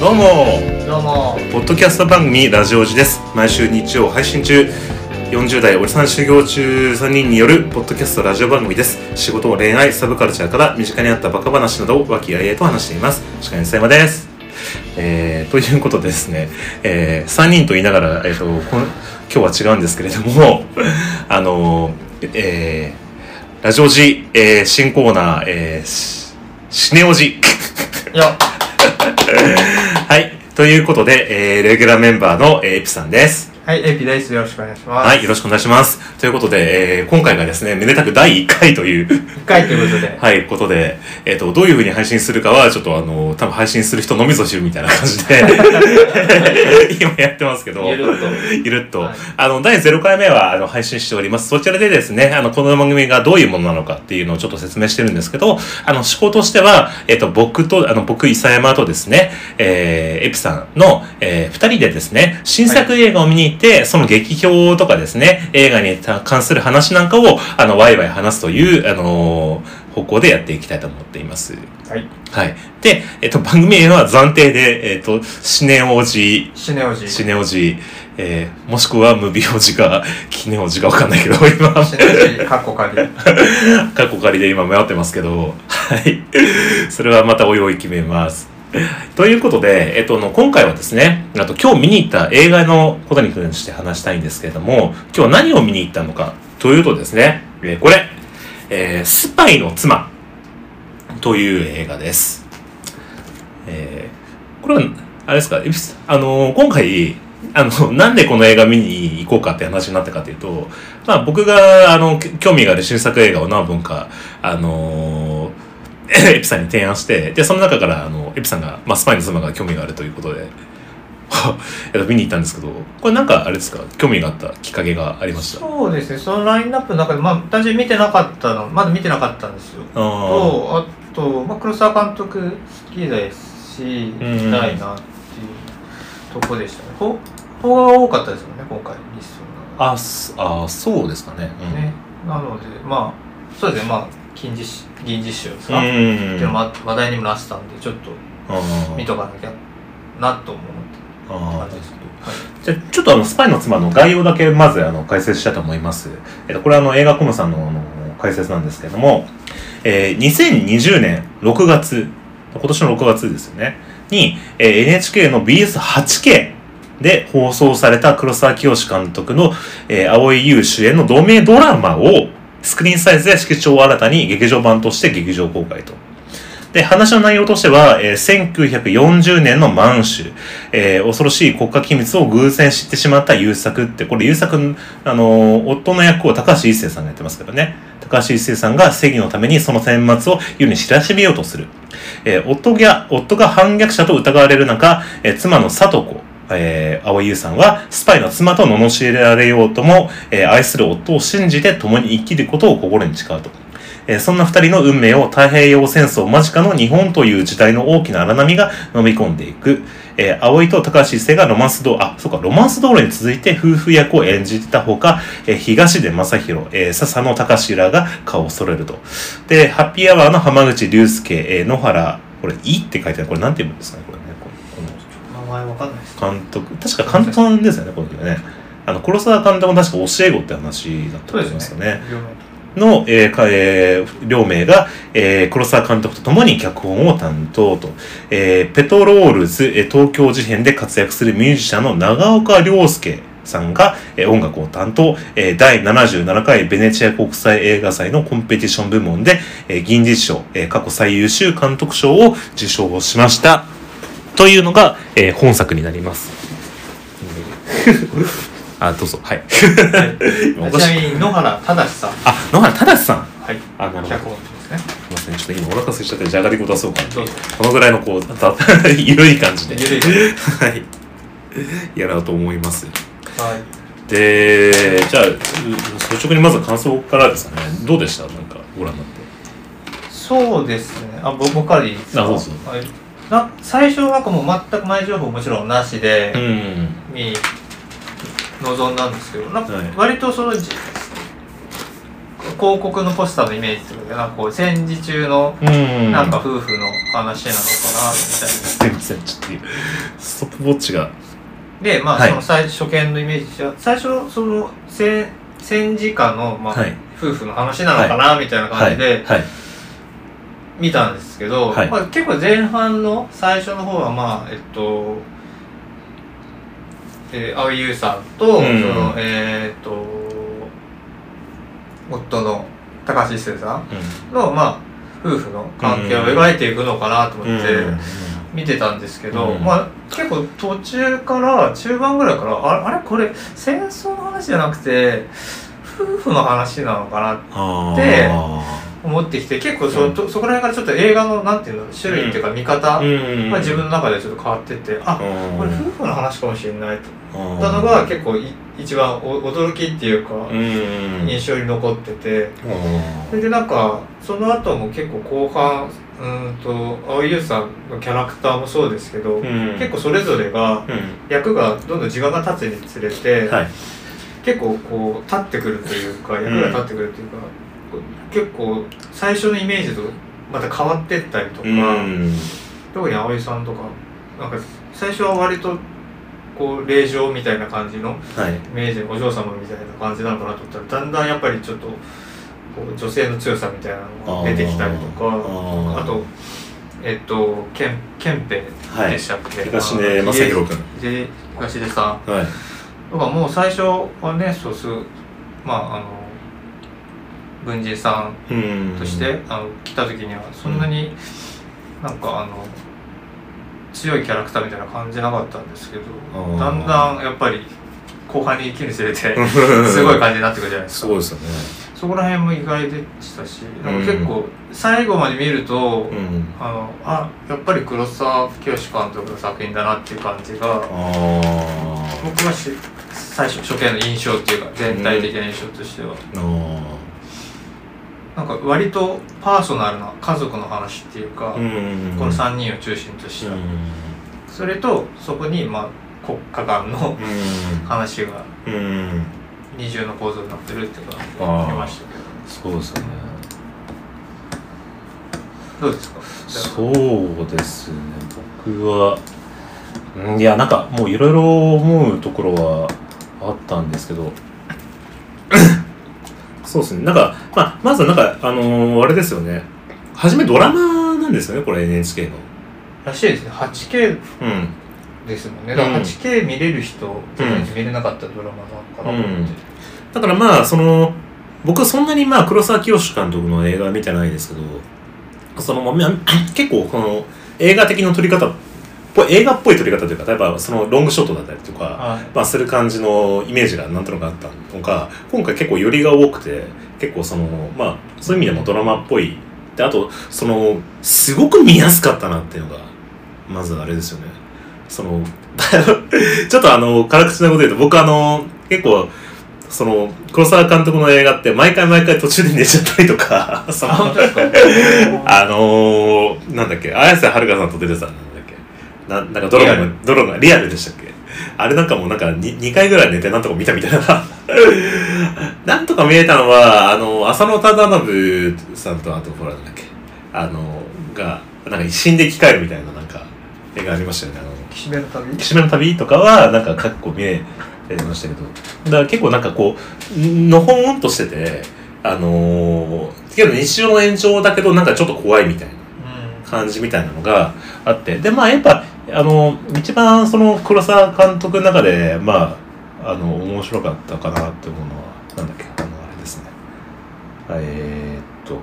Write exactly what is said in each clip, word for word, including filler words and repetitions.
どうもどうもポッドキャスト番組ラジオジです。毎週日曜配信中、よんじゅう代おじさん修行中さんにんによるポッドキャストラジオ番組です。仕事、恋愛、サブカルチャーから身近にあったバカ話などを和気あいあいと話しています。司会の佐山です。えー、ということでですね、えー、さんにんと言いながら、えー、とこの今日は違うんですけれどもあのー、えー、ラジオジ、えー、新コーナー、えー、シネオジいやはい、ということで、えー、レギュラーメンバーの、えー、エピさんです。 はい、エピです。よろしくお願いします。 はい、よろしくお願いします。ということで、えー、今回がですね、めでたくだいいっかいといういっかいということではい、ことで、えっと、どういう風に配信するかは、ちょっとあの、多分配信する人のみぞ知るみたいな感じで、今やってますけど、 ゆるっと。 ゆるっと。 はい、 あの、だいゼロかいめは、あの、配信しております。そちらでですね、あの、この番組がどういうものなのかっていうのをちょっと説明してるんですけど、あの、思考としては、えっと、僕と、あの、僕、伊佐山とですね、えー、エピさんの、えー、二人でですね、新作映画を見に行って、はい、その劇評とかですね、映画に関する話なんかを、あの、ワイワイ話すという、あのー、方向でやっていきたいと思っています。 はい。 はい。で、えっと、番組名は暫定で、えっと、シネオジ。 シネオジ。 シネオジ。えー、もしくはムビオジか、キネオジかわかんないけど、今。 シネオジ、カッコ仮。 カッコ仮で今迷ってますけど、はい。それはまたおいおい決めます。ということで、えっと、今回はですね、あと今日見に行った映画のことに関して話したいんですけれども、今日何を見に行ったのかというとですね、えー、これ、えー、スパイの妻という映画です。えー、これは、あれですか、あのー、今回、あの、なんでこの映画見に行こうかって話になったかというと、まあ僕が、あの、興味がある新作映画を何本か、あのー、エピさんに提案して、で、その中から、あの、エピさんが、まあ、スパイの妻が興味があるということで、えっと、見に行ったんですけど、これなんか、あれですか、興味があったきっかけがありました？ そうですね、そのラインナップの中で、まあ、単純に見てなかったの、まだ見てなかったんですよ。あと、あと、まあ、黒沢監督好きですし、行きたいなっていうとこでしたね。邦画が多かったですよね、今回、リストが。あ、あ、そうですかね。 うん、ね。なので、まあ、そうですね、まあ、金実習、銀実習ですか、 うん、 でも話題にもなってたんで、ちょっと見とかなきゃなと思って感じですけど。はい、 じゃあちょっとあのスパイの妻の概要だけまずあの解説したいと思います。えっとこれはあの映画コムさんのあの解説なんですけれども、えー、にせんにじゅうねんろくがつ、今年のろくがつですよねに、えー、エヌエイチケー の ビーエスはちケー で放送された黒沢清監督の、えー、蒼井優主演の同名ドラマをスクリーンサイズや色調を新たに劇場版として劇場公開と。で、話の内容としては、えー、せんきゅうひゃくよんじゅうねんの満州、えー、恐ろしい国家機密を偶然知ってしまった優作って、これ優作、あのー、夫の役を高橋一生さんがやってますけどね。高橋一生さんが正義のためにその顛末を世に知らしめようとする。えー、夫が、夫が反逆者と疑われる中、えー、妻の里子、えー、蒼井優さんはスパイの妻と罵られようとも、えー、愛する夫を信じて共に生きることを心に誓うと。えー、そんな二人の運命を太平洋戦争間近の日本という時代の大きな荒波が飲み込んでいく。えー、蒼井と高橋一生がロマンス道、あ、そうか、ロマンス道路に続いて夫婦役を演じてたほか、えー、東出正宏、えー、笹野隆らが顔を揃えると。で、ハッピーアワーの浜口竜介、えー、野原、これ、いって書いてある。これなんて言うんですかね、これね。 名前わかんないです。 監督、確か監督ですよね、この時はね。あの、黒沢監督も確か教え子って話だったと思いますよね。の、えーえー、両名が、えー、黒沢監督と共に脚本を担当と、えー、ペトロールズ、えー、東京事変で活躍するミュージシャンの長岡亮介さんが、えー、音楽を担当、えー、だいななじゅうななかいベネチア国際映画祭のコンペティション部門で、えー、銀獅子賞、えー、過去最優秀監督賞を受賞しましたというのが、えー、本作になります。あ、どうぞ。はい。 ちなみに野原正さん。 あ、野原正さん。 はい。 あ、なるほど。 脚本ですね。 すみません。ちょっと今お腹空いちゃってじゃがりこ出そうかな。 どうぞ。 このぐらいのこうゆるい感じで。 ゆるい感じ。 はい。やろうと思います。 はい。 で、じゃあ率直にまず感想からですかね。どうでした？なんかご覧になって。 そうですね。あ、僕からでいいですか？ あ、そうそう。 はい。な最初なんかもう全く前情報もちろんなしで、 うん、 に臨んだんですけど、なんか割とその、はい、 広告のポスターのイメージとかでなんかこう戦時中のなんか夫婦の話なのかなみたいな。 すいません、ちょっとストップウォッチが。 でまあ、はい、その最初見のイメージは最初その戦戦時下の、まあはい、夫婦の話なのかなみたいな感じで、はいはい、見たんですけど、はいまあ、結構前半の最初の方はまあえっと、えー、蒼井優さんと、うん、そのえー、っと夫の高橋一生さんの、うん、まあ夫婦の関係を描いていくのかなと思って見てたんですけど、うん、まあ結構途中から中盤ぐらいからあれ、あれこれ戦争の話じゃなくて夫婦の話なのかなって思ってきて、結構 そ,、うん、そこら辺からちょっと映画のなんていうの種類っていうか見方が自分の中でちょっと変わってって、あこれ夫婦の話かもしれないと思ったのが結構一番驚きっていうか印象に残ってて、それでなんかその後も結構後半うんと蒼井優さんのキャラクターもそうですけど、結構それぞれが役がどんどん時間が経つにつれて、はい、結構こう立ってくるというか役が立ってくるというか、結構最初のイメージとまた変わってったりとか、特に蒼井さんとかなんか最初は割とこう令嬢みたいな感じのイメージ、お嬢様みたいな感じなのかなと思ったら、だんだんやっぱりちょっとこう女性の強さみたいなのが出てきたりとか、 あ, あとえっと憲兵でしたっけ、はい、 東出正宏君で東出さん、はい、とかもう最初はねそうするまああの文人さんとしてあの来た時にはそんなになんかあの強いキャラクターみたいな感じなかったんですけど、だんだんやっぱり後半に生きるにつれてすごい感じになってくるじゃないですか。 そうですよね。 そこら辺も意外でしたし、なんか結構最後まで見ると、うん、あのあやっぱり黒沢清監督の作品だなっていう感じが僕はし最初初見の印象っていうか全体的な印象としては、うん、なんか割とパーソナルな家族の話っていうか、うんうんうん、このさんにんを中心とした、うん、それとそこに、まあ、国家間の、うん、話が、うん二重の構造になってるっていうか見ましたけど。 そうですよね。 どうですか？ そうですね。僕は、いやなんかもういろいろ思うところはあったんですけど、そうですね。なんかまあまずなんかあのー、あれですよね。初めドラマなんですよね、これ エヌエイチケー の。 らしいですね。はちケー。うん。ですもんね。だから はちケー 見れる人、うん、見れなかったドラマなのかなと思って、うん、 だからまあその僕はそんなにまあ黒沢清監督の映画は見てないですけど、その結構この映画的な撮り方っぽい映画っぽい撮り方というか、例えばそのロングショットだったりとか、はい、まあする感じのイメージがなんとなくあったのが、今回結構寄りが多くて、結構そのまあそういう意味でもドラマっぽいで、あとそのすごく見やすかったなっていうのがまずあれですよね。そのちょっとあの辛口なこと言うと、僕あの結構その黒沢監督の映画って毎回毎回途中で寝ちゃったりとかそのあのー、なんだっけ綾瀬はるかさんと出てたんだっけ な, なんかドラマドラマリアルでしたっけ、あれなんかもうなんか 2, 2回ぐらい寝てなんとか見たみたいななんとか見えたのはあの浅野忠信さんと、あとほらなんだっけあのがなんか一心で生き返るみたいななんか映画ありましたよね。あの岸辺の旅岸辺の旅とかはなんか結構見えてましたけど、だから結構なんかこうのほんとしてて、あのー、けど日常の延長だけどなんかちょっと怖いみたいな感じみたいなのがあって、でまあやっぱあの一番その黒沢監督の中でまああの面白かったかなって思うのはなんだっけ、あのあれですね、えー、っと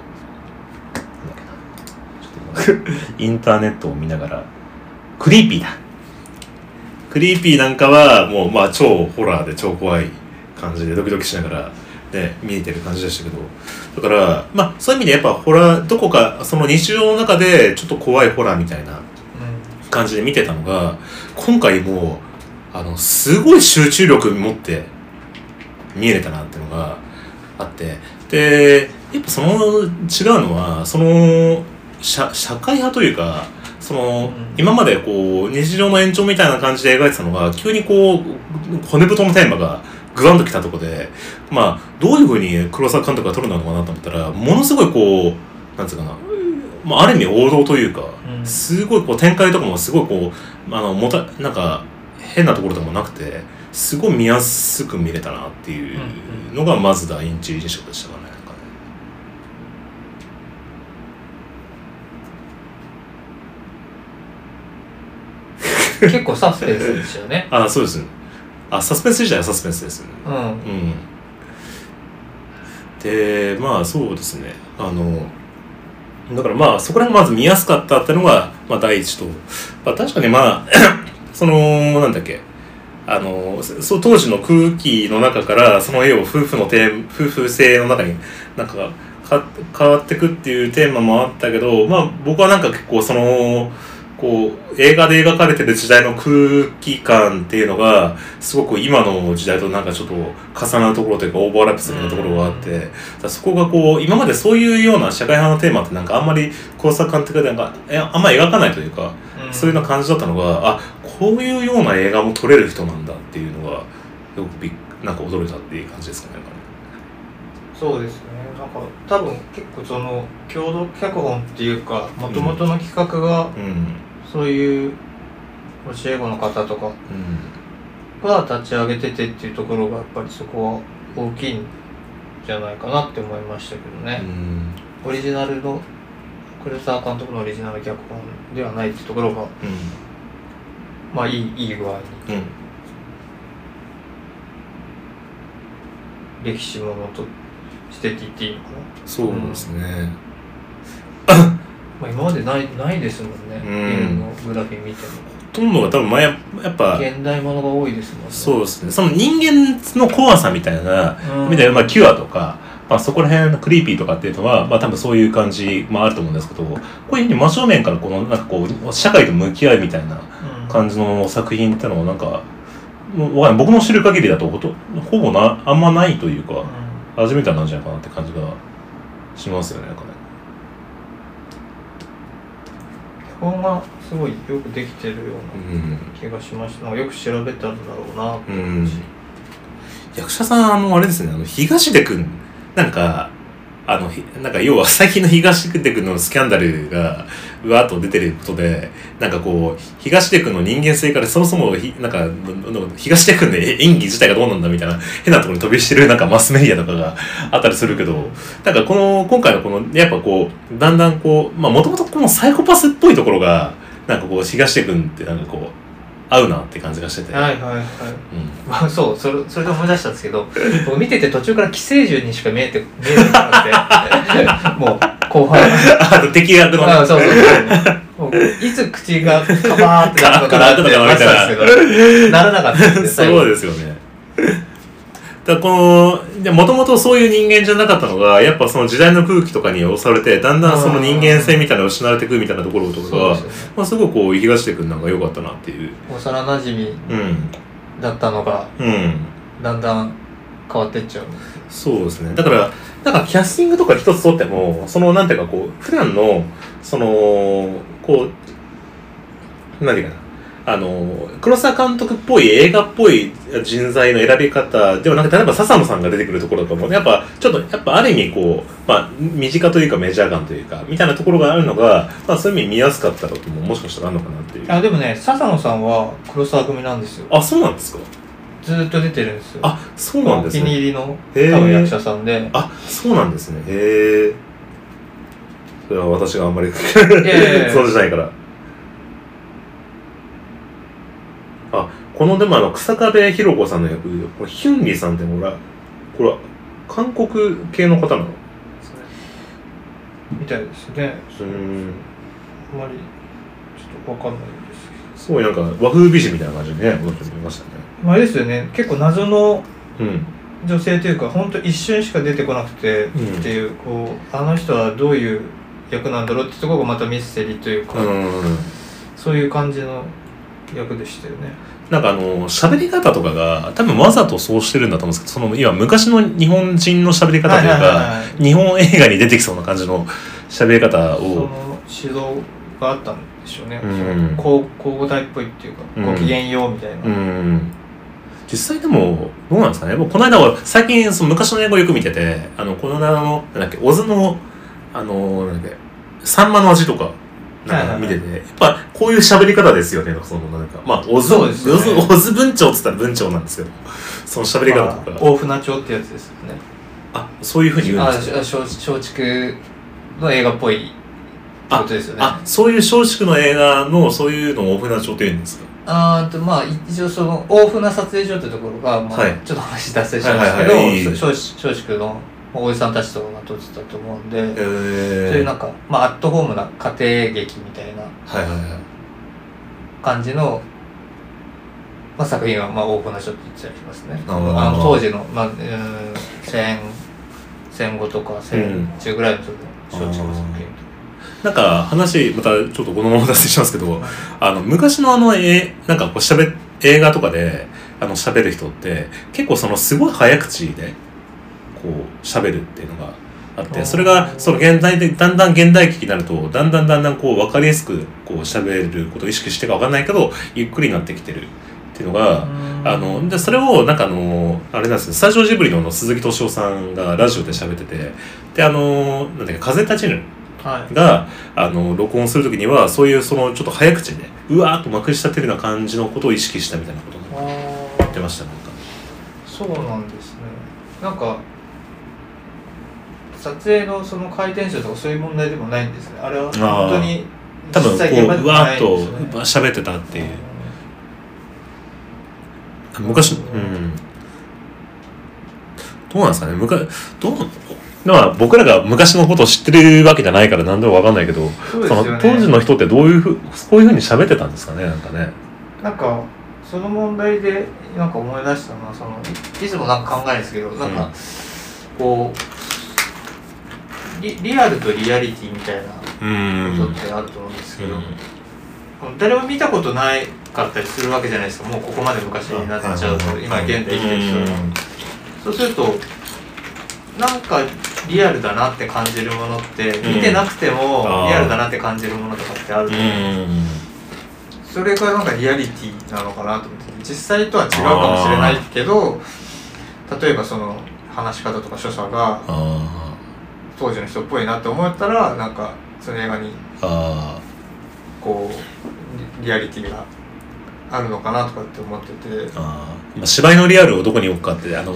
なんだっけな、ちょっとインターネットを見ながらクリーピーだクリーピーなんかはもうまあ超ホラーで超怖い感じでドキドキしながらね見えてる感じでしたけど、だからまあそういう意味でやっぱホラーどこかその日常の中でちょっと怖いホラーみたいな感じで見てたのが、今回もうあのすごい集中力持って見えれたなっていうのがあって、でやっぱその違うのはその 社, 社会派というか、その、うん、今までこう日常の延長みたいな感じで描いてたのが急にこう骨太のテーマがグワンときたとこで、まあどういう風に黒沢監督が撮るのかなと思ったら、ものすごいこうなんつうかな、まあ、ある意味王道というか、うん、すごいこう展開とかもすごいこうあのもたなんか変なところとかもなくて、すごい見やすく見れたなっていうのがまず第一印象でしたかね。なんかね結構サスペンスですよね。 あ、そうです。あ、サスペンス自体はサスペンスですね。 うん、うん、 で、まあそうですね、あのだからまあそこら辺まず見やすかったっていうのが、まあ、第一と、まあ、確かにまあそのなんだっけあのそう当時の空気の中からその絵を夫婦のテー夫婦性の中になんかか変わっていくっていうテーマもあったけど、まあ僕はなんか結構そのこう映画で描かれてる時代の空気感っていうのがすごく今の時代となんかちょっと重なるところというかオーバーラップするようなところがあって、だそこがこう今までそういうような社会派のテーマってなんかあんまり黒沢監督でなんかあんまり描かないというか、そういうような感じだったのが、あ、こういうような映画も撮れる人なんだっていうのがよくびなんか驚いたっていう感じですかね。 そうですね。なんか多分結構その共同脚本っていうか元々の企画が、うんうんそういう教え子の方とかが立ち上げててっていうところがやっぱりそこは大きいんじゃないかなって思いましたけどね、うん、オリジナルの黒沢監督のオリジナル脚本ではないっていうところが、うん、まあいい、いい具合に、うん、歴史ものとしてって言っていいのかな。 そうですね、 うんまあ、今までないないですもんね、うん、のグラフィー見てもほとんどが多分前やっぱ現代ものが多いですもんね。 そうですね、その人間の怖さみたいな、うん、みたいな、まあ、キュアとか、まあ、そこら辺のクリーピーとかっていうのは、まあ、多分そういう感じもあると思うんですけど、こういうふうに真正面からこのなんかこう社会と向き合うみたいな感じの作品ってのはなんか、うん、僕の知る限りだとほとほぼなあんまないというか、うん、初めてなんじゃないかなって感じがしますよね。なんかね本がすごいよくできてるような気がしました、うん、よく調べたんだろうなって感じ、うん、 役者さん、あのあれですね、あの東出くんなんかあのなんか要は最近の東出くんのスキャンダルがうわーっと出てることで、なんかこう東出くんの人間性からそもそもひなんか東出くんの演技自体がどうなんだみたいな変なところに飛びしてるなんかマスメディアとかがあったりするけど、なんかこの今回のこのやっぱこうだんだんこうまあもともとこのサイコパスっぽいところがなんかこう東出くんってなんかこう合うなって感じがしてて、 はいはいはい、うんまあ、そうそれそれで思い出したんですけど僕見てて途中から寄生獣にしか見えて見えてなくてもう後輩あと敵役のね、 あそうそうそうもういつ口がカバーってなるのかなって思ってたんですけどならなかったんですそうですよね。だからこのもともとそういう人間じゃなかったのがやっぱその時代の空気とかに押されてだんだんその人間性みたいなのを失われていくみたいなところとかが、ねまあ、すごくこう東出くんなんか良かったなっていう幼なじみだったのが、うん、だんだん変わってっちゃう。 そうですね。だからだからキャスティングとか一つとってもそのなんていうかこう普段のそのこう何ていうかなあの黒沢監督っぽい映画っぽい人材の選び方ではなくて、例えば笹野さんが出てくるところとかもやっぱちょっとやっぱある意味こう、まあ、身近というかメジャー感というかみたいなところがあるのが、まあ、そういう意味見やすかったことももしかしたらあるのかなっていう。 あでもね笹野さんは黒沢組なんですよ。 あそうなんですか。 ずっと出てるんですよ。 あそうなんですね。 お気に入りの多分役者さんで。 あそうなんですね。へえ。それは私があんまりそうじゃないから。あ、このでもあの草壁弘子さんの役、これヒュンリさんってほら、これは韓国系の方なの？ みたいですね。 うん。 あまりちょっとわかんないですけど。 すごいなんか和風美人みたいな感じでね、思って見ましたね。 あれですよね。結構謎の女性というか、本当一瞬しか出てこなくて、うん、っていうこうあの人はどういう役なんだろうってところがまたミステリーというか、うん、そういう感じの。役でしたよね。 なんかあの喋り方とかが多分わざとそうしてるんだと思うんですけど、その今昔の日本人の喋り方というか、はいはいはいはい、日本映画に出てきそうな感じの喋り方をその指導があったんでしょうね。うん、交互体っぽいっていうか、うん、ごきげんようみたいな。うん、 実際でもどうなんですかね。もうこの間は最近その昔の映画をよく見てて、あのこの間のなんだっけオズのあのなんだっけサンマの味とかなんか見てて、はいはいはい、やっぱこういう喋り方ですよね。そのなんかまあオズ、ね、オズオズ文鳥っつったら文鳥なんですけど、その喋り方とか。 大船鳥ってやつですよね。 あ、そういう風に言うんですか。 あ、松竹の映画っぽいことですよね。 あ、そういう松竹の映画のそういうのを大船町って言うんですか。 あーとまあ一応その大船撮影所ってところが、まあ、はい、ちょっと話脱線しますけど、松竹のおじさんたちとかが撮ってたと思うんで、えー、そういうなんか、まあ、アットホームな家庭劇みたいな感じの、まあ、作品はまあ大船町って言ってたりしますね。あの当時の、まあ、うん戦戦後とか戦中ぐらいの松竹の作品と。 なんか話またちょっとこのまま脱線しますけど、あの昔のあのえなんかこうしゃべ映画とかであの喋る人って結構そのすごい早口でこう喋るっていうのがあって、それがその現代でだんだん現代劇になるとだんだんだんだんこう分かりやすくこう喋ることを意識してか分かんないけどゆっくりになってきてるっていうのが、あのでそれをなんかあのあれなんですよ、スタジオジブリの鈴木敏夫さんがラジオで喋ってて、であのなんだっけ風立ちぬが、はい、あの録音するときにはそういうそのちょっと早口でうわーっとまくり立てるような感じのことを意識したみたいなことも言ってました。なんかそうなんですね。なんか撮影のその回転数とかそういう問題でもないんですね。あれは本当に多分こううわーっと喋ってたっていう、うん、昔、うん、どうなんですかね。昔どうまあ僕らが昔のことを知ってるわけじゃないから何でも分かんないけど、そ、ね、その当時の人ってどういうふうこういうふうに喋ってたんですかね。なんかね、 なんかその問題でなんか思い出したのはその い, いつもなんか考えるんですけど、なんか、うん、こう リ, リアルとリアリティみたいなことってあると思うんですけど、うん、誰も見たことないかったりするわけじゃないですか。もうここまで昔になっちゃうと、はい、今現代生きてる人は、そうするとなんかリアルだなって感じるものって、うん、見てなくてもリアルだなって感じるものとかってあると思うんです、うん、それがなんかリアリティなのかなと思って、実際とは違うかもしれないけど、例えばその話し方とか所作が当時の人っぽいなって思ったら、なんかその映画にこうリアリティがあるのかなとかって思ってて、 あ、まあ、芝居のリアルをどこに置くかって、あの、うん、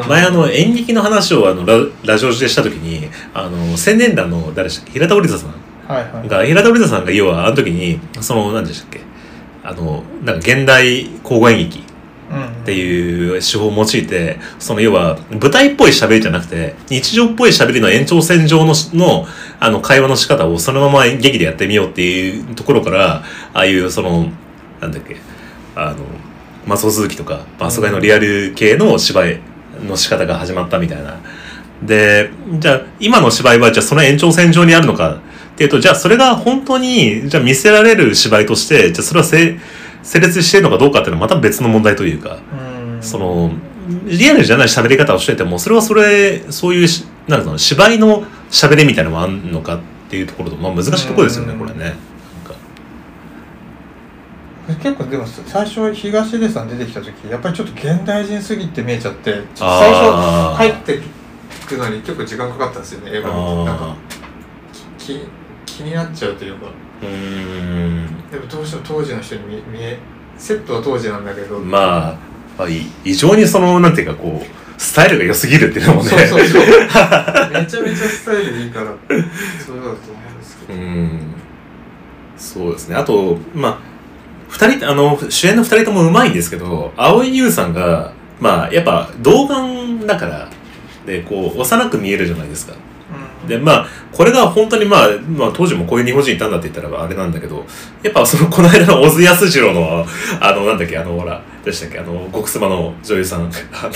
前あの演劇の話をあの ラ, ラジオでした時に、あの青年団の誰でしたっけ、平田織田さんが、はいはい、平田織田さんが要はあの時にその何でしたっけ、あのなんか現代口語演劇っていう手法を用いて、その要は舞台っぽい喋りじゃなくて日常っぽい喋りの延長線上ののあの会話の仕方をそのまま演劇でやってみようっていうところから、ああいうそのなんだっけ、あの松尾鈴木とかバスガイのリアル系の芝居の仕方が始まったみたいな。で、じゃあ今の芝居はじゃあその延長線上にあるのかっていうと、じゃあそれが本当にじゃあ見せられる芝居として、じゃあそれは成立しているのかどうかっていうのはまた別の問題というか、うん、そのリアルじゃない喋り方をしてても、それはそれそういうなんか芝居の喋りみたいなのもあるのかっていうところと、まあ難しいところですよね、これね。 結構でも最初東出さん出てきた時やっぱりちょっと現代人すぎて見えちゃって、ちょっと最初入ってくのに結構時間かかったんですよね、映画見て。なんか気気になっちゃうというか、うーん、でもどうしても当時の人に見見えセットは当時なんだけど、 まあ、まあ、異常にそのなんていうかこうスタイルが良すぎるっていうのもね、 そうそうそうめちゃめちゃスタイルいいからそうだと思うんですけど、うん、 そうですね。あとまあ二人、あの、主演の二人ともうまいんですけど、蒼井優さんが、まあ、やっぱ、童顔だから、で、こう、幼く見えるじゃないですか。うん、で、まあ、これが本当にまあ、まあ、当時もこういう日本人いたんだって言ったらあれなんだけど、やっぱ、その、この間の小津安二郎の、あの、なんだっけ、あの、ほら、でしたっけ、あの、極妻の女優さん、あの、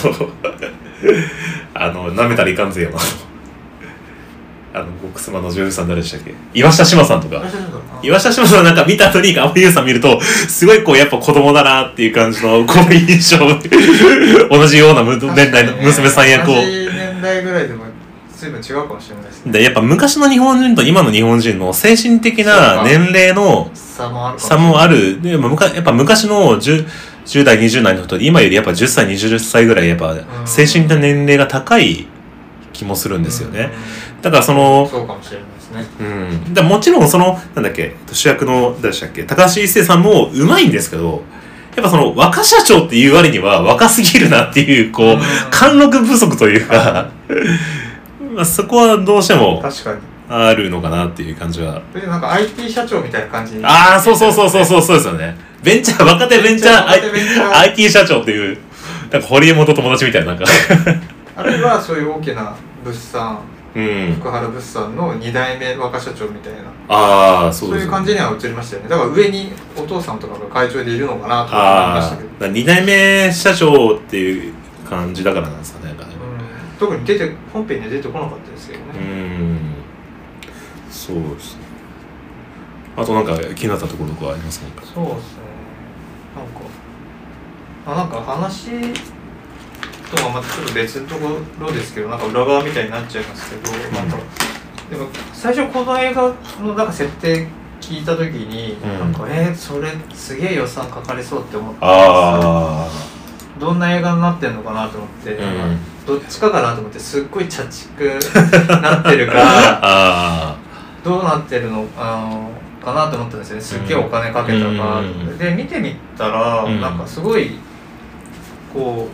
あの、舐めたらいかんぜよ、あの、あの極妻の女優さん誰でしたっけ、岩下志麻さんとか、岩下志麻さんなんか見た後に蒼井優さん見るとすごいこうやっぱ子供だなっていう感じのこう印象同じような年代の娘さん役を、 同じ年代ぐらいでも随分違うかもしれないですね。 でやっぱ昔の日本人と今の日本人の精神的な年齢の差もある。でやっぱ昔のじゅうじゅう代にじゅう代の人で今よりやっぱじゅっさいにじゅっさいぐらいやっぱ精神的な年齢が高い気もするんですよね。だからそのそうかもしれないですね。 うん、だもちろんそのなんだっけ主役の誰でしたっけ高橋一生さんもうまいんですけど、やっぱその若社長っていう割には若すぎるなっていうこう貫禄不足というかまあそこはどうしても確かにあるのかなっていう感じは。 なんか アイティー 社長みたいな感じに。 ああそうそうそうそうそうそうですよね。ベンチャー若手ベンチャー アイティー 社長っていうなんか堀江元友達みたいななんかあるいはそういう大きな物産、 うん、 福原物産のに代目若社長みたいな、 ああそうです、ね、 そういう感じには映りましたよね。だから上にお父さんとかが会長でいるのかなと思いましたけど、 あに代目社長っていう感じだからなんですかね。なんかね、 うん、特に出て本編に出てこなかったですけどね。 うんそうですね。あとなんか気になったところとかありますか？ そうですね。なんかあなんか話とはまたちょっと別のところですけど、なんか裏側みたいになっちゃいますけど、うん、なんかでも最初この映画のなんか設定聞いた時に、うん、なんかえー、それすげえ予算かかりそうって思って、あどんな映画になってんのかなと思って、うん、どっちかかなと思ってすっごい茶畜なってるからあどうなってるのあのかなと思ったんですよね。すっげえお金かけたか、うん、で見てみたら、うん、なんかすごいこ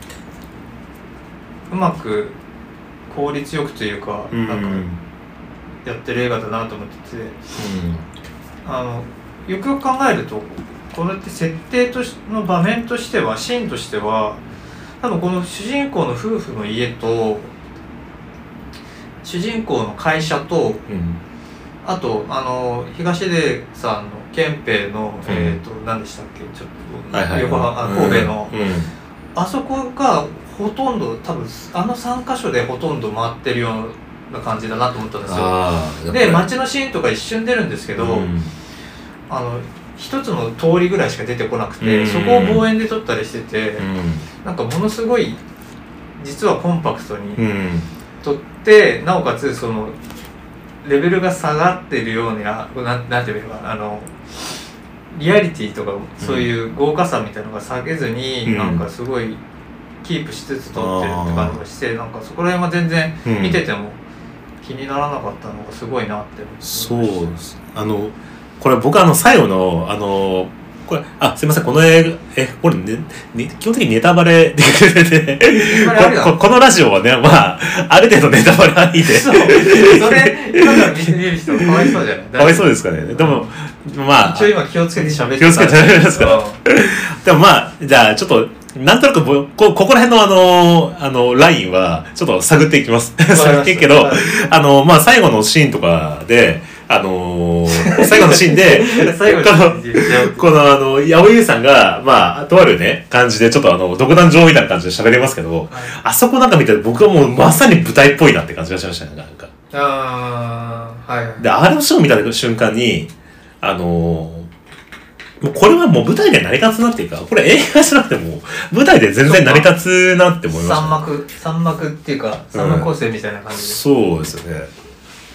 ううまく効率よくというか、うん、なんかやってる映画だなと思ってて、うん、あのよくよく考えるとこれって設定としの場面としてはシーンとしては多分この主人公の夫婦の家と主人公の会社と、うん、あとあの東出さんの憲兵の、うん、えっ、ー、と何でしたっけちょっと、はいはい、横浜神戸の、うんうん、あそこがほとんど多分あのさんかしょでほとんど回ってるような感じだなと思ったんですよ。で街のシーンとか一瞬出るんですけど、うん、あの一つの通りぐらいしか出てこなくて、うん、そこを望遠で撮ったりしてて、うん、なんかものすごい実はコンパクトに撮って、うん、なおかつそのレベルが下がってるような、なん、なんていうのかあのリアリティとかそういう豪華さみたいなのが下げずに、うん、なんかすごいキープしつつ撮ってるって感じがして、なんかそこら辺は全然見てても気にならなかったのがすごいなって思いました。 そうです。あのこれ僕あの最後のあのこれあすいませんこの映画えこれ、ねね、基本的にネタバレでこ, こ, このラジオはねまあある程度ネタバレありでそうそれ今から見てみる人かわいそうじゃないかわいそうですかね。でもまあ一応今気をつけて喋って気をつけて喋りますからでもまあじゃあちょっとなんとなくこ, ここら辺のあのあのラインはちょっと探っていきます探っていくけどあのまあ最後のシーンとかであのー、最後のシーンで最後のこのあの八百優さんがまあとあるね感じでちょっとあの独壇場みたいな感じで喋れますけど、はい、あそこなんか見て僕はもうまさに舞台っぽいなって感じがしましたね。なんかああはい、はい、 であれをショー見た瞬間にあのー、もうこれはもう舞台で成り立つなっていうかこれ映画じゃなくても舞台で全然成り立つなって思いました、ね、 三幕三幕っていうか三幕構成みたいな感じで、うん、 そうですよね。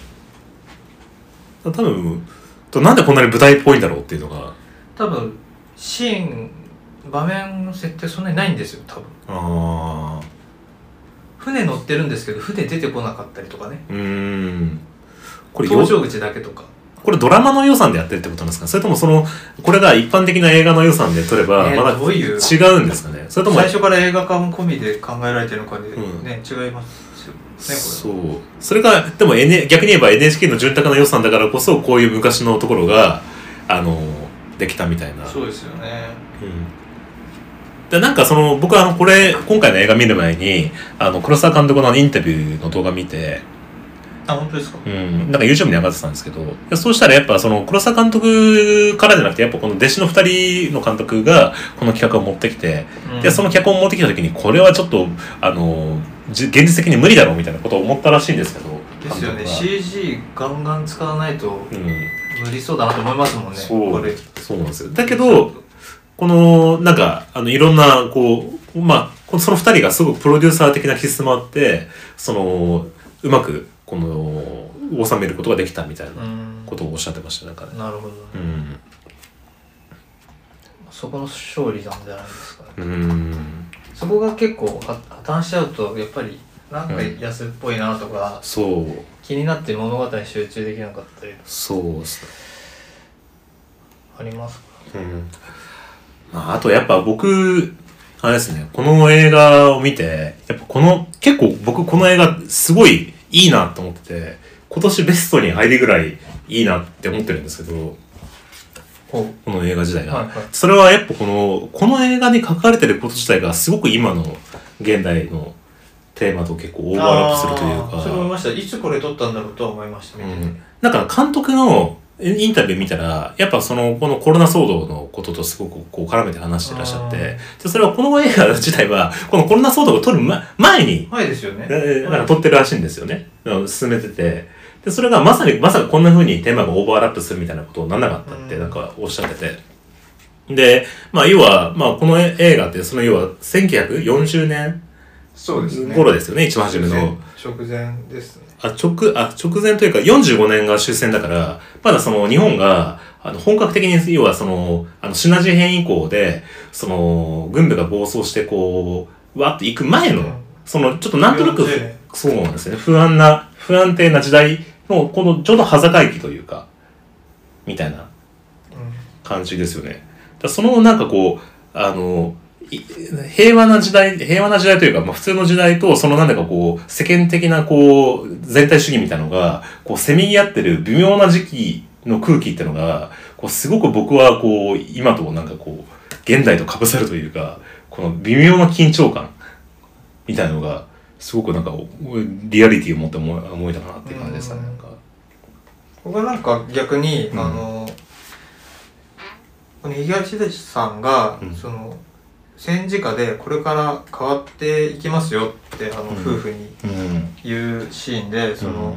多分なんでこんなに舞台っぽいんだろうっていうのが多分シーン場面の設定そんなにないんですよ多分。あ船乗ってるんですけど船出てこなかったりとかね。うーんこれ搭乗口だけとかこれドラマの予算でやってるってことなんですか？それともそのこれが一般的な映画の予算で撮ればまだ違うんですかね？それとも最初から映画館込みで考えられてるのかで、ねうん、違いますね、 そうそれがでも、N、逆に言えば エヌエイチケー の潤沢な予算だからこそこういう昔のところがあのできたみたいな。 そうですよね、うん、 でなんかその僕はあのこれ今回の映画見る前にあの黒沢監督のインタビューの動画見てあ本当ですか、 うん、なんか YouTube に上がってたんですけどそうしたらやっぱその黒沢監督からじゃなくてやっぱこの弟子のふたりの監督がこの企画を持ってきて、うん、でその脚本を持ってきた時にこれはちょっとあの現実的に無理だろうみたいなことを思ったらしいんですけどですよね シージー ガンガン使わないと無理そうだなと思いますもんね、うん、 そうこれそうなんですよ。だけどこのなんかあのいろんなこうまあそのふたりがすごくプロデューサー的な気質もあってそのうまくこの収めることができたみたいなことをおっしゃってました。なんかね。 なるほど、ね、 うんそこの勝利なんじゃないですかね。 うーんそこが結構破綻しちゃうとやっぱりなんか安っぽいなとか、 うん、そう気になって物語に集中できなかったりそうっすありますか。 うんまあ、あとやっぱ僕あれですね、この映画を見てやっぱこの結構僕この映画すごいいいなと思ってて、今年ベストに入るぐらいいいなって思ってるんですけど、この映画自体が、はいはい、それはやっぱこのこの映画に書かれてること自体がすごく今の現代のテーマと結構オーバーラップするというか。 そう思いました。いつこれ撮ったんだろうとは思いました、見てて、うん、 だから監督のインタビュー見たらやっぱそのこのコロナ騒動のこととすごくこう絡めて話してらっしゃって、でそれはこの映画自体はこのコロナ騒動を撮る前に前ですよね、 なんか撮ってるらしいんですよね、進めてて、でそれがまさにまさかこんな風にテーマがオーバーラップするみたいなことにならなかったってなんかおっしゃってて、でまあ要はまあこの映画ってその要はせんきゅうひゃくよんじゅうねん頃ですよね、一番初めの直前ですね。 あ直あ直前というかよんじゅうごねんが終戦だから、まだその日本があの本格的に要はそのあのシナジー編以降でその軍部が暴走してこうわっと行く前の、うん、そのちょっとなんとなくそうなんですね、不安な不安定な時代のこのちょうど端境期というかみたいな感じですよね。だそのなんかこうあの平和な時代、平和な時代というか、まあ普通の時代と、そのなんだかこう、世間的なこう、全体主義みたいなのが、こう、せめぎ合ってる微妙な時期の空気っていうのが、こう、すごく僕はこう、今となんかこう、現代と被さるというか、この微妙な緊張感みたいなのが、すごくなんか、リアリティを持って思えたかなっていう感じですかね、なんか。 僕はなんか逆に、うん、あの、この東出さんが、うん、その、戦時下でこれから変わっていきますよってあの夫婦に言うシーンで、その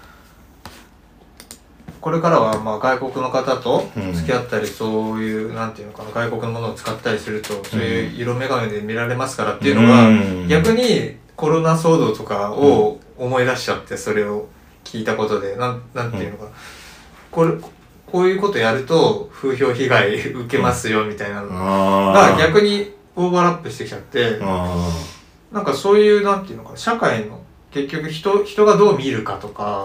これからはまあ外国の方と付き合ったり、そういうなんていうのかな、外国のものを使ったりするとそういう色眼鏡で見られますからっていうのが、逆にコロナ騒動とかを思い出しちゃって、それを聞いたことでなんなんていうのかな、これこういうことやると風評被害受けますよみたいなのが逆にオーバーラップしてきちゃって、なんかそういうなんていうのか、社会の結局人人がどう見るかとか、うん、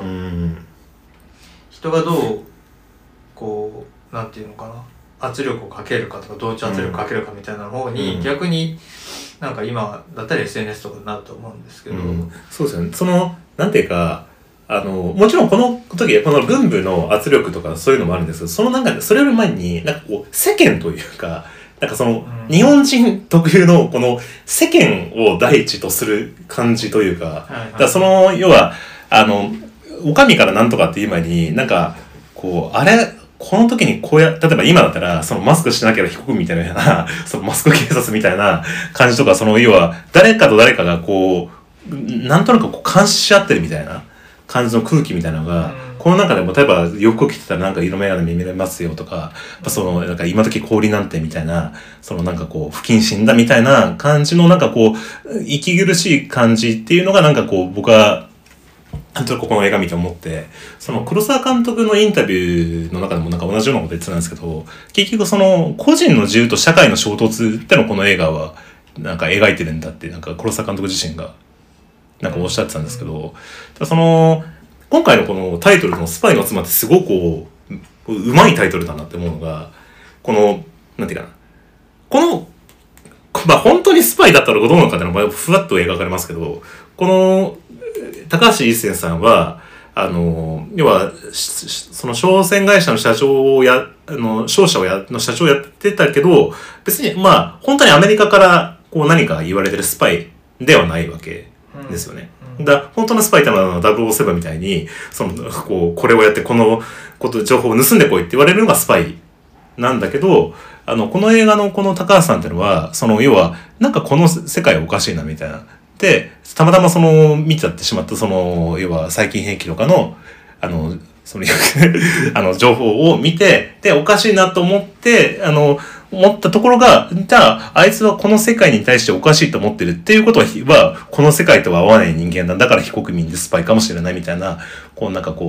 人がどうこうなんていうのかな、圧力をかけるかとか同調圧力をかけるかみたいな方に、うん、逆になんか今だったら エスエヌエス とかになると思うんですけど、うん、 そうですよね。そのなんていうか。あの、もちろんこの時、この軍部の圧力とかそういうのもあるんですけど、その中で、それより前に、なんかこう、世間というか、なんかその、うん、日本人特有のこの世間を第一とする感じというか、はいはい、だからその、要は、あの、お上からなんとかっていう前に、なんか、こう、あれ、この時にこうや、例えば今だったら、そのマスクしなきゃ被告みたいな、そのマスク警察みたいな感じとか、その、要は、誰かと誰かがこう、なんとなくこう監視し合ってるみたいな感じの空気みたいなのが、うん、この中でも例えば洋服着てたらなんか色眼鏡見れますよとか、そのなんか今時氷なんてみたいな、そのなんかこう不謹慎だみたいな感じのなんかこう息苦しい感じっていうのがなんかこう僕はなんとなくこの映画見て思って、その黒沢監督のインタビューの中でもなんか同じようなこと言ってたんですけど、結局その個人の自由と社会の衝突ってのこの映画はなんか描いてるんだってなんか黒沢監督自身がなんかおっしゃってたんですけど、その今回のこのタイトルのスパイの妻ってすごくこううまいタイトルだなって思うのが、このなんていうかな、このまあ本当にスパイだったらどうなのかっていうのはふわっと描かれますけど、この高橋一生さんはあの要はその商船会社の社長をやあの商社をやの社長をやってたけど、別にまあ本当にアメリカからこう何か言われてるスパイではないわけですよね。うんうん、だ本当のスパイってのはダブルオーセブンみたいにそのこうこれをやってこのこと情報を盗んでこいって言われるのがスパイなんだけど、あのこの映画のこの高橋さんってのはその要はなんかこの世界おかしいなみたいなでたまたまその見ちゃってしまったその要は細菌兵器とかのあのそのあの情報を見てでおかしいなと思ってあの思ったところが、じゃああいつはこの世界に対しておかしいと思ってるっていうことはこの世界とは合わない人間だ、だから非国民でスパイかもしれないみたいな、こうなんかこ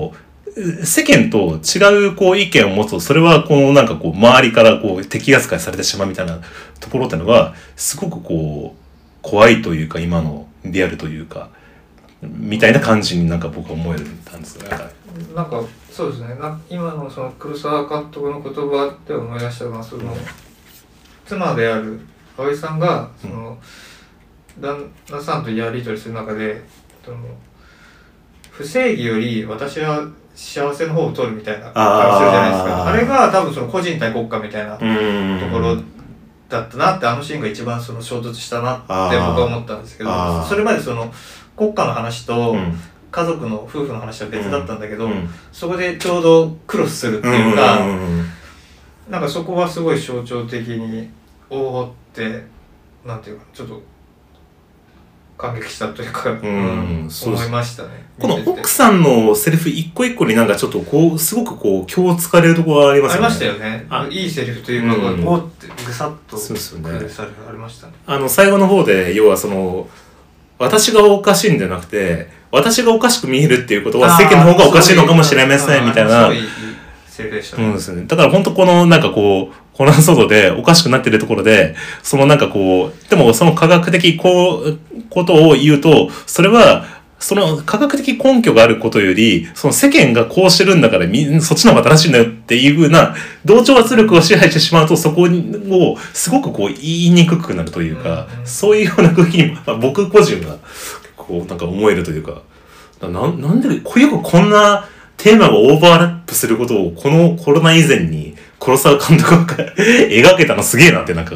世間と違うこう意見を持つと、それはこのなんかこう周りからこう敵扱いされてしまうみたいなところってのがすごくこう怖いというか、今のリアルというかみたいな感じになんか僕は思えたんですよね。 なんかそうですね。な今のその黒沢監督の言葉で思い出したのは、その妻である葵さんがその、うん、旦那さんとやり取りする中で、その不正義より私は幸せの方を取るみたいな感じするじゃないですか。あれが多分その個人対国家みたいなところだったなって、あのシーンが一番その衝突したなって僕は思ったんですけど、それまでその国家の話と家族の夫婦の話は別だったんだけど、うん、そこでちょうどクロスするっていうか、うんうんうん、なんかそこはすごい象徴的におおってなんていうかちょっと感激したというか、うんうん、思いましたね。 この奥さんのセリフ一個一個になんかちょっとこうすごくこう今日疲れるところがありますよね。 ありましたよね。いいセリフというか、うん、おーってぐさっとくるセリフありましたね。 あの最後の方で要はその私がおかしいんじゃなくて私がおかしく見えるっていうことは世間の方がおかしいのかもしれませんみたいな。 そういうセリフでしたね。 うんですね。だから本当このなんかこう混乱騒動でおかしくなってるところで、そのなんかこう、でもその科学的こう、ことを言うと、それは、その科学的根拠があることより、その世間がこうしてるんだからみ、そっちの方が正しいんだよっていう風な、同調圧力を支配してしまうと、そこをすごくこう言いにくくなるというか、うんうん、そういうような空気に、まあ、僕個人が、こうなんか思えるというか、な、なんで、こうよくこんなテーマがオーバーラップすることを、このコロナ以前に、黒沢監督が描けたのすげえなってなんか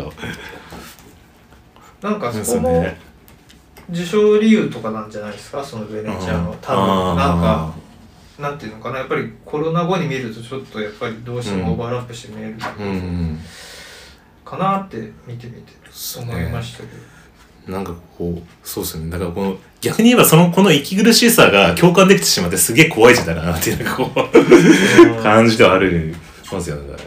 なんかそこも受賞理由とかなんじゃないですか、そのベネチアの多分なんかなんていうのかな、やっぱりコロナ後に見るとちょっとやっぱりどうしてもオーバーラップして見える、うん、かなって見てみて思いましたけど、 なんかこうそうですね、だからこの逆に言えばそのこの息苦しさが共感できてしまってすげえ怖い時代だなっていうこう感じではあるますよね。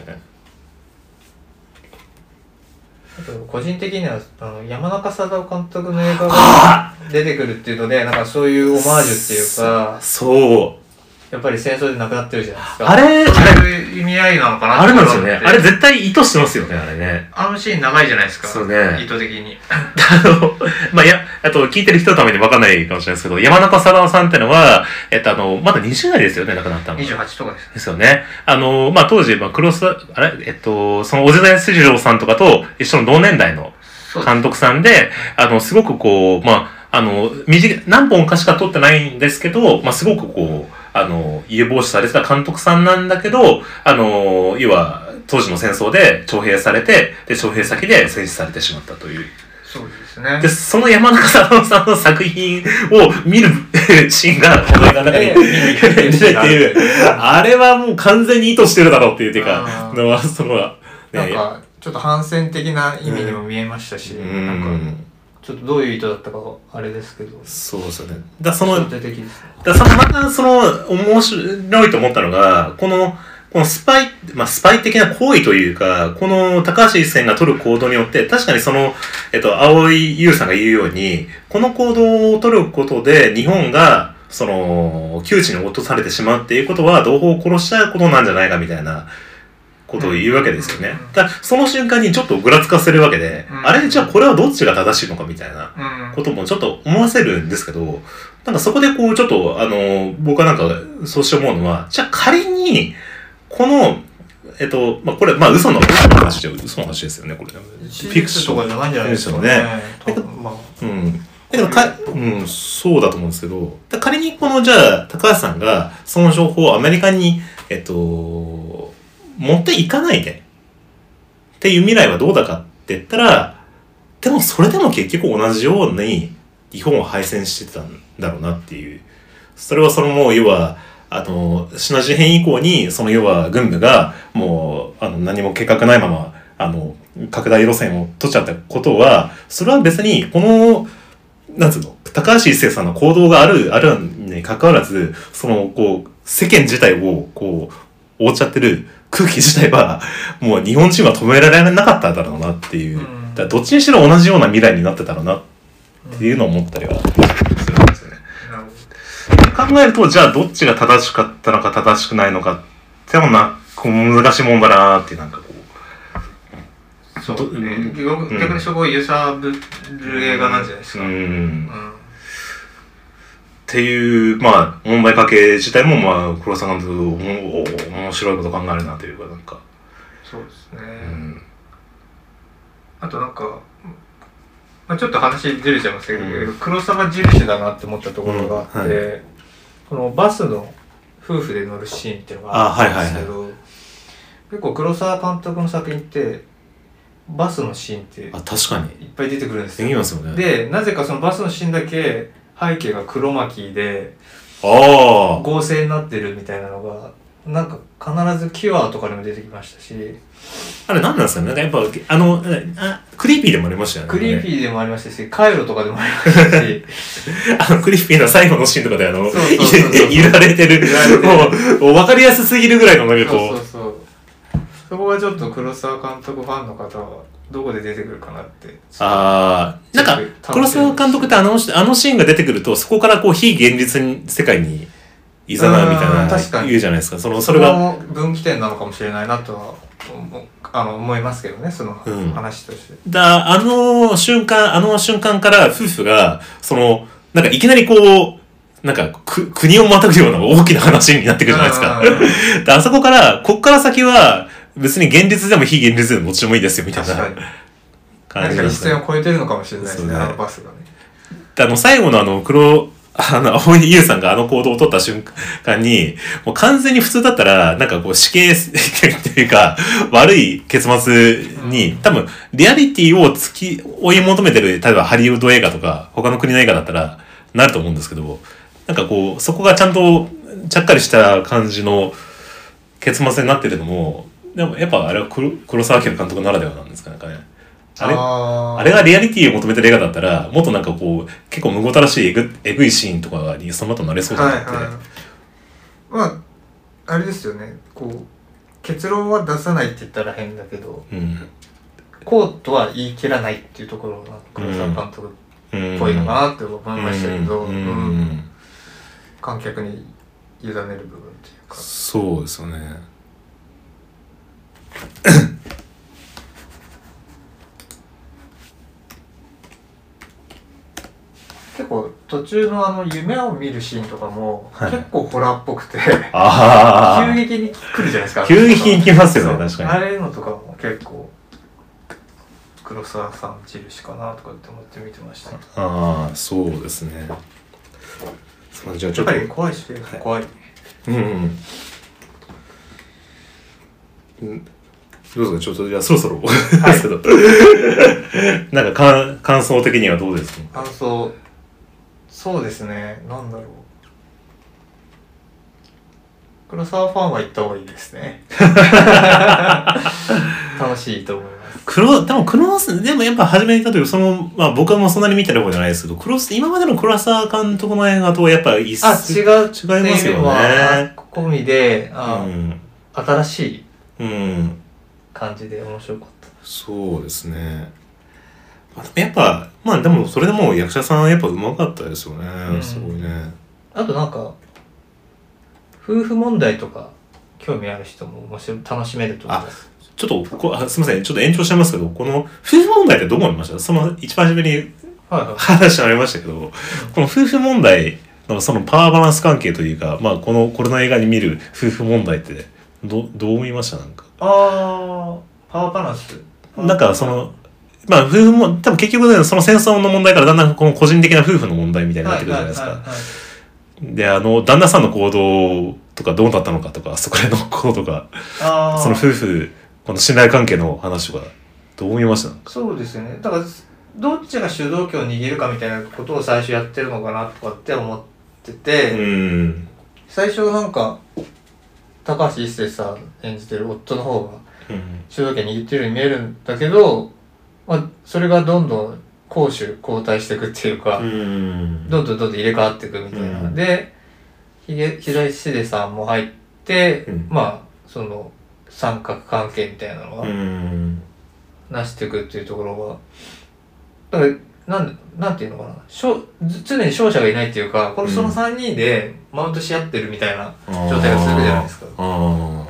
あと個人的にはあの山中貞夫監督の映画が出てくるっていうので、なんかそういうオマージュっていうか、 そうやっぱり戦争で亡くなってるじゃないですか。 あれそういう意味合いなのかなあれなんですよね。あれ絶対意図してますよね、あれね。 あのシーン長いじゃないですか。 そうね。 意図的に。 あの、まあ、や、あと聞いてる人のために分かんないかもしれないですけど、山中貞夫さんってのは、えっとあの、まだにじゅう代ですよね、亡くなったの。 にじゅうはちとかです。 ですよね。あの、まあ、当時、まあ、クロス、あれえっと、その小津田康次郎さんとかと一緒の同年代の監督さんで、あの、すごくこう、まあ、あの、短い、何本かしか撮ってないんですけど、まあ、すごくこう、あの、家奉仕されてた監督さんなんだけど、あの、要は、当時の戦争で徴兵されて、で、徴兵先で戦死されてしまったという。 そうですね。 で、その山中貞夫さんの作品を見るシーンが、この映画の中に出てっていう、あれはもう完全に意図してるだろうっていう、てか、のは、その、ね、 なんか、ちょっと反戦的な意味にも見えましたし、うん、なんか、ちょっとどういう意図だったかあれですけど。 そうですよね。だその、 的ですね、 だそのまたその面白いと思ったのが、この、このスパイ、まあ、スパイ的な行為というか、この高橋一生が取る行動によって、確かにその、えっと、青井優さんが言うように、この行動を取ることで日本が、その、窮地に落とされてしまうっていうことは、同胞を殺しちゃうことなんじゃないかみたいな、ことを言うわけですよね。だからその瞬間にちょっとぐらつかせるわけで、うん、あれじゃあこれはどっちが正しいのかみたいなこともちょっと思わせるんですけど、なんかそこでこうちょっとあの僕はなんかそうして思うのは、じゃあ仮にこのえっとまあこれまあ嘘の嘘の話じゃ嘘の話ですよね、これ。フィクションとかじゃないんじゃないですかね。 だけど、まあ、うん。だけどか、うん、そうだと思うんですけど、仮にこのじゃあ高橋さんがその情報をアメリカにえっと持っていかないでっていう未来はどうだかって言ったら、でもそれでも結局同じように日本を敗戦してたんだろうなっていう。それはそのもう要はあのシナ事変以降にその要は軍部がもうあの何も計画ないままあの拡大路線を取っちゃったことは、それは別にこのなんつうの高橋一生さんの行動があるあるに関わらず、そのこう世間自体をこう覆っちゃってる空気自体はもう日本人は止められなかっただろうなっていう、うん、だからどっちにしろ同じような未来になってたろうなっていうのを思ったりはするんですよね。 考えると、じゃあどっちが正しかったのか正しくないのかってもな、こう難しいもんだなーってなんかこう。そうね。うん、逆にすごい揺さぶる映画なんじゃないですか。うん。うん、 っていう、まあ、問題かけ自体も、まあ、黒沢監督、面白いこと考えるなというか、なんか。 そうですね。うん、あとなんか、まあ、ちょっと話ずれちゃいますけど、うん、黒沢印だなって思ったところがあって、うんはい、このバスの夫婦で乗るシーンっていうのがあったんですけど、はいはいはい、結構黒沢監督の作品ってバスのシーンってあ確かにいっぱい出てくるんですよ。 できますよね。 で、なぜかそのバスのシーンだけ背景が黒巻であ合成になってるみたいなのがなんか必ずキュアとかでも出てきましたし、 あれ何なんですかね。なんかやっぱあのあクリーピーでもありましたよね。 クリーピーでもありましたし、カイロとかでもありましたしあのクリーピーの最後のシーンとかであの揺られてるもう分かりやすすぎるぐらいのなんかこう、 そうそうそう、そこがちょっと黒沢監督ファンの方はどこで出てくるかなって。 ああ、なんか黒沢監督ってあのあのシーンが出てくるとそこからこう非現実世界にいざなみたいな言うじゃないですか。そのそれが分岐点なのかもしれないなとはあの思いますけどね、その話として。 うん、だあの瞬間あの瞬間から夫婦がそのなんかいきなりこうなんかく国をまたぐような大きな話になってくるじゃないですか。であそこからこっから先は別に現実でも非現実でもどっちでもいいですよみたいな感じで、ね、一線を超えてるのかもしれないですね、あのバスがね。 であの最後のあの黒あの、青井優さんがあの行動を取った瞬間に、もう完全に普通だったら、なんかこう死刑っていうか、悪い結末に、多分、リアリティを突き、追い求めてる、例えばハリウッド映画とか、他の国の映画だったら、なると思うんですけど、なんかこう、そこがちゃんと、ちゃっかりした感じの結末になってるのも、でもやっぱあれは黒、黒沢明監督ならではなんですかね、なんかね。あれあれがリアリティを求めてる映画だったらもっとなんかこう結構むごたらしいえぐえぐいシーンとかにその後なれそうだなって、はいはい、 まああれですよね、こう結論は出さないって言ったら変だけど、うん、こうとは言い切らないっていうところが黒沢監督っぽいのかなって思いましたけど、うんうんうん、観客に委ねる部分っていうか、 そうですよね結構途中のあの夢を見るシーンとかも結構ホラーっぽくて、 はい、 急激に来るじゃないですか。 急激に来ますよね、確かに。 あれのとかも結構黒沢さん印かなとかって思って見てました。 ああ、そうですね。 そうじゃあちょっとやっぱり怖いし、はい、怖い。うん、 うん。どうですか、ちょっとじゃあそろそろですけど、なんか感想的にはどうですか。 感想。そうですね、なんだろう。黒沢ファンは行った方がいいですね。楽しいと思います。 黒、でも黒沢、でもやっぱ初めに言った時、その、まあ僕はもうそんなに見てる方じゃないですけど、黒、今までの黒沢監督の映画とはやっぱり一線、あ、違う。違いますよね。込みで、あ、うん、新しい感じで面白かった。 そうですね。やっぱまあでもそれでも役者さんやっぱ上手かったですよね、うん、すごいね。 あとなんか夫婦問題とか興味ある人も面白い楽しめると思います。 ちょっとこあすみませんちょっと延長しちゃいますけど、この夫婦問題ってどこにありました？その一番初めに話ありましたけど、はいはい、この夫婦問題のそのパワーバランス関係というか、まあこのこれの映画に見る夫婦問題ってどどう思いました？なんかああパワーバランスなんかそのまあ夫婦も多分結局、ね、その戦争の問題からだんだんこの個人的な夫婦の問題みたいになってくるじゃないですか。であの旦那さんの行動とかどうだったのかとかそこら辺のこととかその夫婦この信頼関係の話とかどう思いました？ そうですよね。だからどっちが主導権を握るかみたいなことを最初やってるのかなとかって思ってて、うん最初なんか高橋一生さん演じてる夫の方が主導権握ってるように見えるんだけど、まあ、それがどんどん攻守交代していくっていうか、うん、どんどんどんどん入れ替わっていくみたいな、うん、で平井志さんも入って、うん、まあその三角関係みたいなのがなしていくっていうところがだからなんなんていうのかな、常に勝者がいないっていうか、このそのさんにんでマウントし合ってるみたいな状態が続くじゃないですか。 あ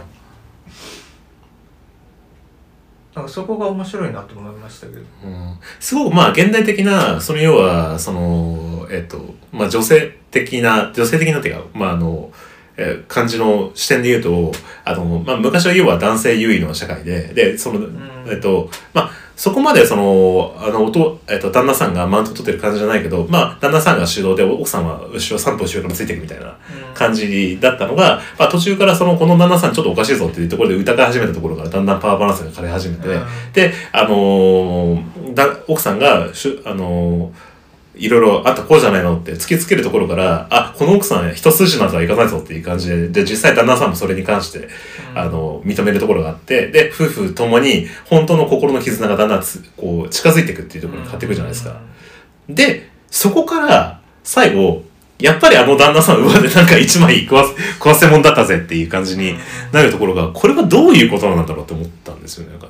なんかそこが面白いなと思いましたけど、 うん、すごくまあ現代的なその要はそのえっとまあ女性的な女性的なっていうかまああのえー、感じの視点で言うと、あの、まあ、昔は要は男性優位の社会で、で、その、うん、えっと、まあ、そこまでその、あの、音、えっと、旦那さんがマウント取ってる感じじゃないけど、まあ、旦那さんが主導で、奥さんは後ろ、三歩後ろからついていくみたいな感じだったのが、うん、まあ、途中からその、この旦那さんちょっとおかしいぞっていうところで疑い始めたところからだんだんパワーバランスが枯れ始めて、うん、で、あのー、だ、奥さんが、しゅ、あのー、いろいろあったこうじゃないのって突きつけるところから、あ、この奥さん一筋縄とはいかないぞっていう感じで、で、実際旦那さんもそれに関して、うん、あの、認めるところがあって、で、夫婦ともに本当の心の絆がだんだんつ、こう、近づいていくっていうところに変わっていくじゃないですか。うん、で、そこから、最後、やっぱりあの旦那さん上でなんか一枚食わせ、食わせもんだったぜっていう感じになるところが、これはどういうことなんだろうって思ったんですよね。なんか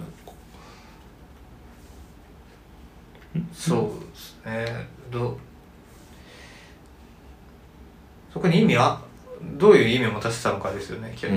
そうですね。どそこに意味はどういう意味を持たせたのかですよね、うん、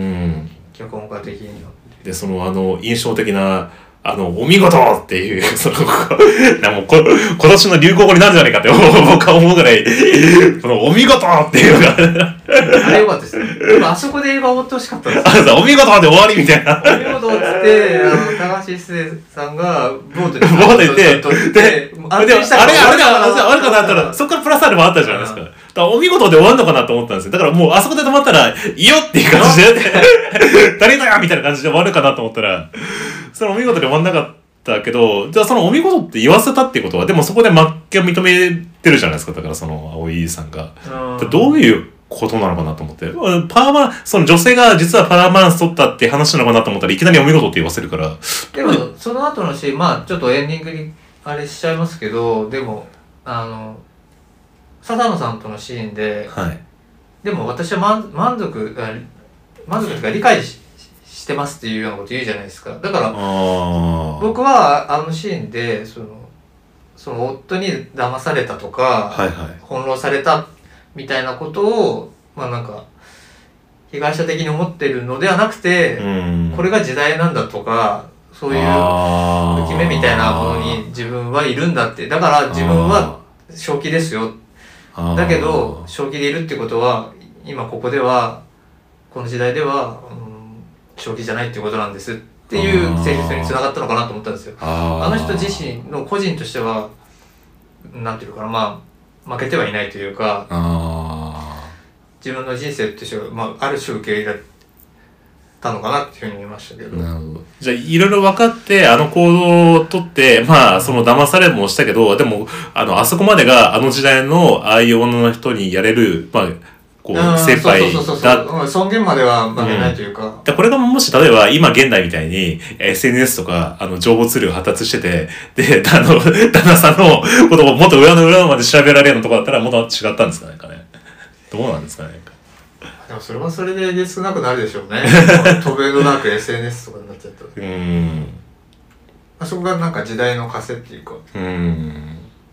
脚本家的には。 でそのあの印象的なあのお見事っていうそのもうこ今年の流行語になるんじゃないかって僕は思うぐらいこのお見事っていうのがあれ良かったですね。でもあそこで映画終わってほしかったんですよ。お見事で終わりみたいな。 お見事っつってあの高橋一生さんがボートでボート行ってであれあれあれがあれかなったらそっからプラスアルファあったじゃないですか。だからお見事で終わるのかなと思ったんですよ。だからもうあそこで止まったらいいよっていう感じで誰だよみたいな感じで終わるかなと思ったらそのお見事で終わんなかったけど、じゃあそのお見事って言わせたっていうことはでもそこで負けを認めてるじゃないですか。だからその青井さんがどういうことなのかなと思って、パワーバランス、その女性が実はパワーバランス取ったって話なのかなと思ったらいきなりお見事って言わせるから。 でもその後のシーン、まあちょっとエンディングにあれしちゃいますけど、でもあの笹野さんとのシーンで、はい、でも私は満満足満足というか理解ししてますっていうようなこと言うじゃないですか。だから僕はあのシーンでそのその夫に騙されたとか、はいはい、翻弄されたみたいなことをまあなんか被害者的に思ってるのではなくて、うんこれが時代なんだとかそういう浮き目みたいなものに自分はいるんだって、だから自分は正気ですよ、だけど正気でいるってことは今ここではこの時代では、うん、正気じゃないってことなんですっていうセリフにつながったのかなと思ったんですよ。あ, あの人自身の個人としてはなんていうかな、まあ負けてはいないというか、あ自分の人生としては、まあ、ある種受け入れたのかなっていうふうに思いましたけど。 なるほど。じゃあいろいろ分かってあの行動をとってまあその騙されもしたけど、でもあのあそこまでがあの時代のああいう女の人にやれるまあこう精杯だ尊厳までは負けないというか、 うん、でこれがもし例えば今現代みたいに エスエヌエス とかあの情報ツールが発達しててであの旦那さんのことをもっと裏の裏まで調べられるようなところだったらもっと違ったんですかね。どうなんですかね。 でもそれはそれでえげつなくなるでしょうね。渡米のなく エスエヌエス とかになっちゃったら。うん。あそこがなんか時代の枷っていうか。うん。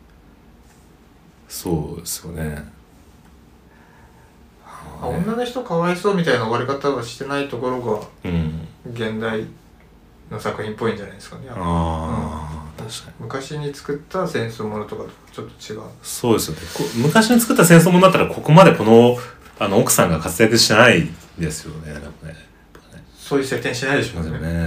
そうですよね。 あ、女の人かわいそうみたいな終わり方はしてないところが、うん、現代の作品っぽいんじゃないですかね。ああ、うん、確かに。昔に作った戦争ものとかとちょっと違う。 そうですよね。昔に作った戦争ものだったらここまでこのあの奥さんが活躍してないですよね。なんかね。 そういう設定しないでしょうね。ね、確か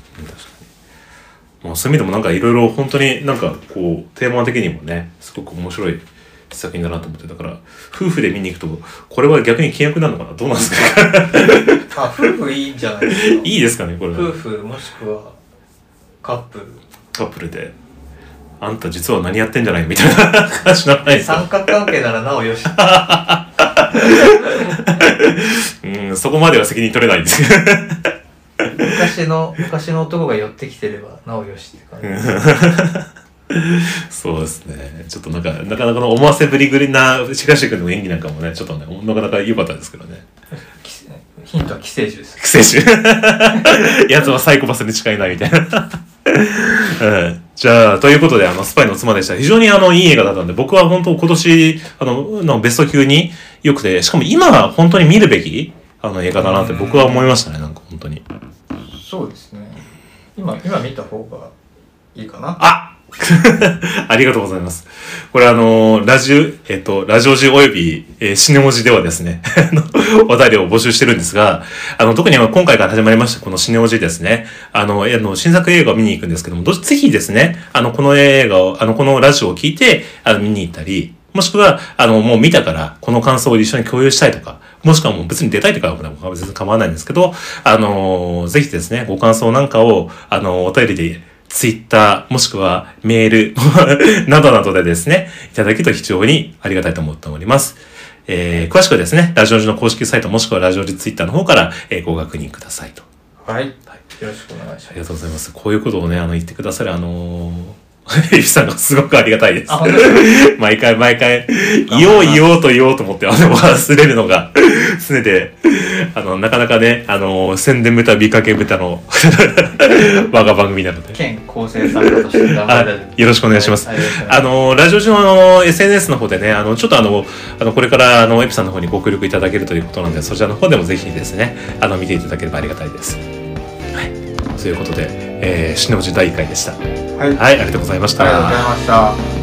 に。もうそういう意味でもなんかいろいろ本当になんかこうテーマ的にもねすごく面白い作品だなと思って、だから夫婦で見に行くとこれは逆に契約なのかな、どうなんですか。あ、夫婦いいんじゃないですか。 いいですかねこれ。 夫婦もしくはカップル。 カップルであんた実は何やってんじゃないみたいな感じないですか。 三角関係ならなおよし。 うん、そこまでは責任取れないんですけど。 昔の昔の男が寄ってきてればなおよしって感じ。 そうですね。ちょっとなんかなかなかの思わせぶりぐりな近し君の演技なんかもね、ちょっとねなかなか良かったですけどね。 ヒントは寄生獣です。 寄生獣。やつはサイコパスに近いなみたいな。 うん、じゃあ、ということで、あの、スパイの妻でした。非常にあの、いい映画だったんで、僕は本当今年、あの、のベスト級に良くて、しかも今は本当に見るべき、あの、映画だなって僕は思いましたね、なんか本当に。 そうですね。今、今見た方がいいかな。 あありがとうございます。これあの、ラジオ、えっと、ラジオ時および、えー、シネ文字ではですね、お便りを募集してるんですが、あの、特に今回から始まりましたこのシネ文字ですね、あの、あの新作映画を見に行くんですけども、どぜひですね、あの、この映画を、あの、このラジオを聞いて、あの、見に行ったり、もしくは、あの、もう見たから、この感想を一緒に共有したいとか、もしくはもう別に出たいとかは別に構わないんですけど、あの、ぜひですね、ご感想なんかを、あの、お便りで、ツイッター、もしくはメールなどなどでですね、いただけると非常にありがたいと思っております。えー、詳しくはですね、ラジオ時の公式サイトもしくはラジオ時ツイッターの方から、えー、ご確認くださいと。 はい。はい。よろしくお願いします。 ありがとうございます。こういうことをね、あの、言ってくださる、あのー、エビさんがすごくありがたいです。毎回毎回、言おう言おうと言おうと思って、あの、忘れるのが常で、あの、なかなかね、あの、宣伝豚、見かけ豚の我が番組なので。 県構成作家として頑張る。 よろしくお願いします。はい、あの、ラジオ上の エスエヌエス の方でね、あの、ちょっとあの、あの、これからあの、エピさんの方にご協力いただけるということなので、そちらの方でもぜひですね、あの、見ていただければありがたいです。はい。ということで、えー、シネ文字だいいっかいでした。はい、はい、ありがとうございました。 ありがとうございました。